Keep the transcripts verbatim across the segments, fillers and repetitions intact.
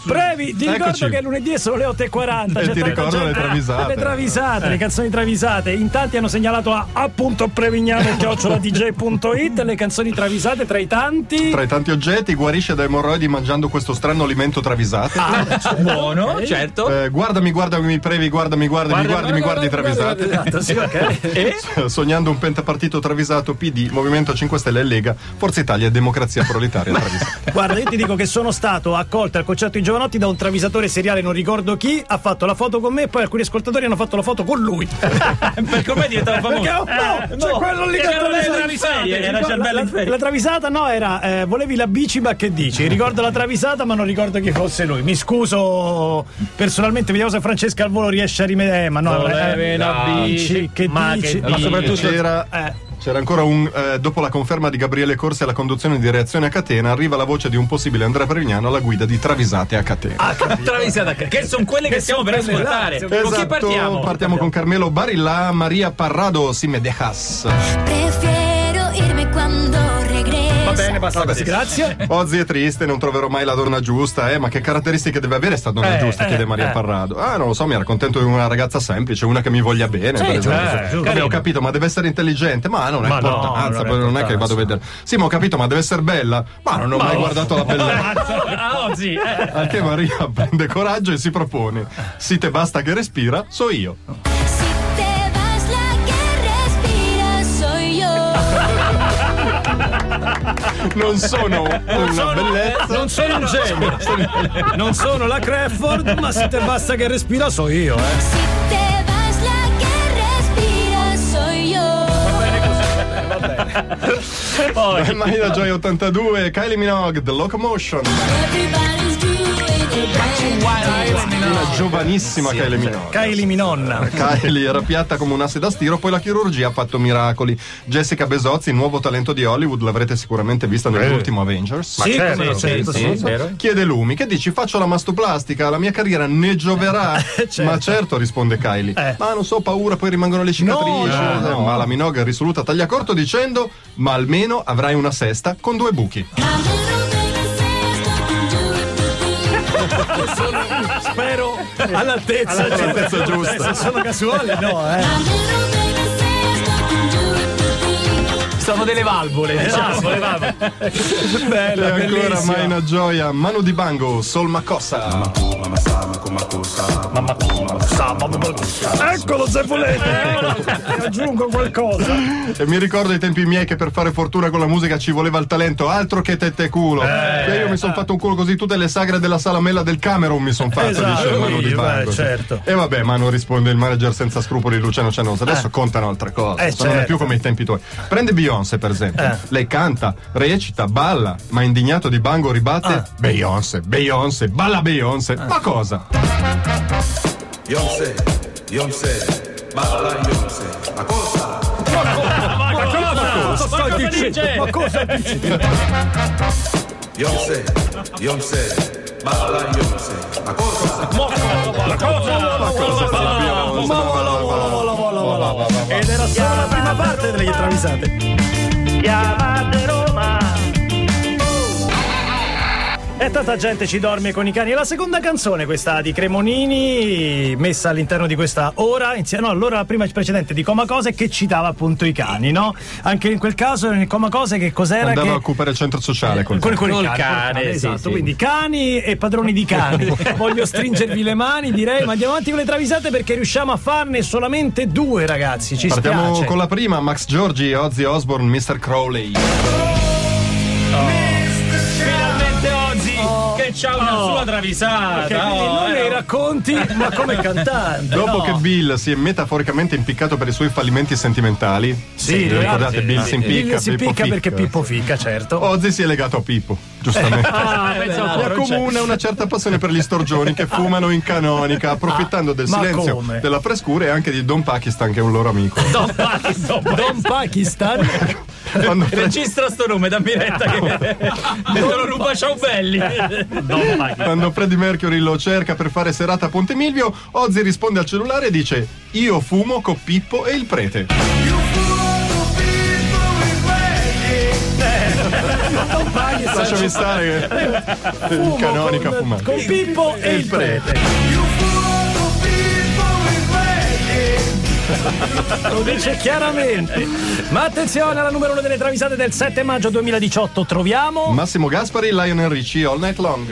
Brevi, ti ricordo Eccoci. che lunedì sono le otto e quaranta. E ti ricordo le travisate. Le travisate, le canzoni travisate. In tanti hanno segnalato a appunto prevignano chiocciola d j punto it le canzoni travisate tra i tanti. Tra i tanti oggetti, guarisce da emorroidi mangiando questo strano alimento travisato. Ah, buono, okay. Certo. Eh, guardami, guardami, mi previ, guardami, guardami, Guarda, guardi, mi guarda, guardi guarda, travisate. Esatto, sì, ok. E? Sognando un pentapartito travisato, P D, Movimento cinque Stelle e Lega, Forza Italia e Democrazia Proletaria travisata. Guarda, io ti dico che sono stato accolto al concerto di Giovanotti da un travisatore seriale, non ricordo chi, ha fatto la foto con me e poi alcuni ascoltatori hanno fatto la foto con lui. Perché ormai è diventato famoso. Perché, oh, no, c'è no, quello lì che era ha le travisato. travisate, era La- cervello in la, ferie. la travisata no, era eh, volevi la bici, ma che dici? Ricordo la travisata ma non ricordo chi fosse lui. Mi scuso personalmente, vediamo se Francesca al volo riesce a rimediare. Eh, ma no, Volevi eh, la bici, che ma dici? che Ma dici? soprattutto C'era, eh. c'era ancora un eh, dopo la conferma di Gabriele Corsi alla conduzione di Reazione a Catena, arriva la voce di un possibile Andrea Prevignano alla guida di Travisate a Catena. Ah, capito. Travisata, che sono quelle che, Che stiamo sono per quelle là, ascoltare. esatto. Con chi partiamo? Partiamo con Carmelo Barilla, Maria Parrado, Si me dejas. Prefiero irme quando regreso. Va bene, basta così, grazie. Ozzy è triste, non troverò mai la donna giusta, eh, ma che caratteristiche deve avere sta donna Eh, giusta? eh, chiede Maria eh. Parrado. Ah, non lo so, mi era contento di una ragazza semplice, una che mi voglia bene. Sì, per esempio. certo, Vabbè, giusto. ho capito, ma deve essere intelligente, ma non è Ma no, importanza, non è poi non è che importanza. vado a vedere. Sì, ma ho capito, ma deve essere bella. Ma non ho mai guardato la bellezza. Ah, oggi. Eh. Al che Maria prende coraggio e si propone: si te basta che respira, so io. Si te vas la que respira soy yo. Non sono una sono- bellezza. Non sono un genio. Non sono la Crawford, ma se te basta che respira so io, eh. Si te vas la que respira soy yo. Poi. Marina Joy ottantadue, Kylie Minogue, The Locomotion. Everybody's doing it. Una giovanissima Kylie Minogue. Kylie Minonna. Kylie era piatta come un asse da stiro, poi la chirurgia ha fatto miracoli. Jessica Besozzi, nuovo talento di Hollywood, l'avrete sicuramente vista nell'ultimo Avengers. Sì, certo, come no, sì, certo, sì, sì. sì. Vero? Chiede Lumi: che dici, faccio la mastoplastica, la mia carriera ne gioverà? Certo. Ma certo, risponde Kylie. Eh. Ma non so, paura, poi rimangono le cicatrici. No, no, no. Ma la Minogue è risoluta taglia corto dicendo: ma almeno avrai una sesta con due buchi. Spero all'altezza, All'altezza giusta. Se sono casuali, no, eh. Sono delle valvole, diciamo. Le valvole. Bella, E ancora bellissima. Maina Gioia, Manu Dibango, Sol Macossa. Eccolo se volete, eh. Aggiungo qualcosa. E mi ricordo i tempi miei che per fare fortuna con la musica ci voleva il talento, altro che tette culo. Che io mi sono fatto un culo così, tutte le sagre della Salamella del Camerun mi sono fatto, Esatto, dice Manu io, Dibango. beh, certo. E vabbè, Manu, risponde il manager senza scrupoli Luciano Cianosa. Adesso contano altre cose, Eh, non è certo. più come i tempi tuoi. Prende Beyoncé per esempio, Eh. lei canta, recita, balla, ma indignato Dibango ribatte: Ah. Beyoncé, Beyoncé, balla Beyoncé. Ma cosa? Beyoncé, Beyoncé, balla Beyoncé. Ma cosa? Ma cosa sto dicendo? Ma cosa dici? Beyoncé, Beyoncé, balla Beyoncé. Ma cosa? Ed era solo la prima parte delle travisate. E tanta gente ci dorme con i cani. È la seconda canzone questa di Cremonini, messa all'interno di questa ora, insieme, no, l'ora prima precedente di Coma Cose, che citava appunto i cani, no? Anche in quel caso, in Coma Cose, che cos'era? Andava che... a occupare il centro sociale col con, con Col il cane, cane, col cane, sì, esatto. sì. Quindi cani e padroni di cani. Voglio stringervi le mani, direi, ma andiamo avanti con le travisate perché riusciamo a farne solamente due, ragazzi. Ci Partiamo spiace. con la prima, Max Giorgi, Ozzy Osbourne, mister Crowley. Finalmente oggi che c'ha una Oh. sua travisata. Che quindi Oh, non eh, nei racconti, ma come cantante. Dopo no. che Bill si è metaforicamente impiccato per i suoi fallimenti sentimentali, Sì, vi ricordate? sì, Bill sì. si impicca, Bill si Pippo impicca perché ficca. Pippo ficca, certo. Ozzy si è legato a Pippo, giustamente. Ah, Eh, pensavo E non c'è. accomuna una certa passione per gli storgioni che fumano in canonica, approfittando del Ma silenzio, come? della frescura e anche di Don Pakistan, che è un loro amico. Don Pakistan. Don Pakistan. Quando Fred, Registra sto nome, dammi retta che te lo ruba ciao belli. Don Pakistan. quando Freddie Mercury lo cerca per fare serata a Ponte Milvio, Ozzy risponde al cellulare e dice: io fumo con Pippo e il prete. Non paghi, Lasciami stare che il canonico ha con, fumato. con Pippo e il prete. Lo dice chiaramente. Ma attenzione, alla numero uno delle travisate del sette maggio duemiladiciotto troviamo Massimo Gaspari, Lionel Richie, All Night Long.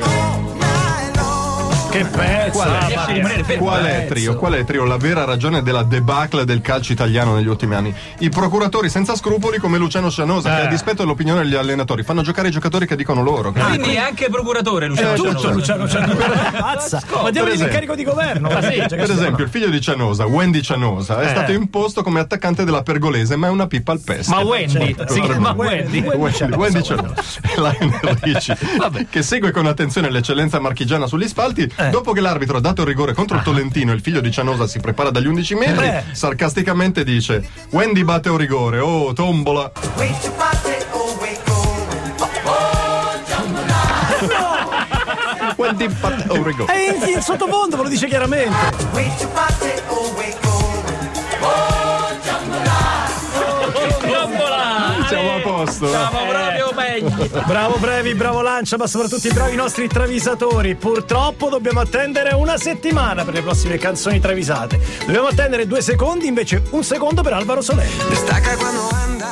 che pezzo. Qual è? Riesci a rimanere fermo. Qual è trio? Qual è trio? La vera ragione della debacle del calcio italiano negli ultimi anni. I procuratori senza scrupoli come Luciano Cianosa, Eh. che a dispetto dell'opinione degli allenatori fanno giocare i giocatori che dicono loro. Quindi è anche procuratore Luciano Eh, Cianosa. Tutto Luciano Cianosa. Pazza. Ma diamogli esempio. l'incarico di governo. Ma sì, Per esempio, il figlio di Cianosa, Wendy Cianosa, è Eh. stato imposto come attaccante della Pergolese, ma è una pippa al pesca. Ma Wendy, Certo. si chiama Wendy. Wendy. Wendy, Wendy Cianosa. Lionel Richie, che segue con attenzione l'eccellenza marchigiana sugli spalti, Eh. dopo che l'arbitro ha dato il rigore contro il Tolentino e il figlio di Cianosa si prepara dagli undici metri, Eh. sarcasticamente dice: Wendy batte un rigore, oh tombola. Wendy batte un rigore. E in, in sottofondo ve lo dice chiaramente. Tombola! Siamo a posto. Siamo proprio meglio. Bravo Brevi, bravo Lancia, ma soprattutto i bravi nostri travisatori. Purtroppo dobbiamo attendere una settimana per le prossime canzoni travisate. Dobbiamo attendere due secondi, invece un secondo per Alvaro Soler. Destaca cuando anda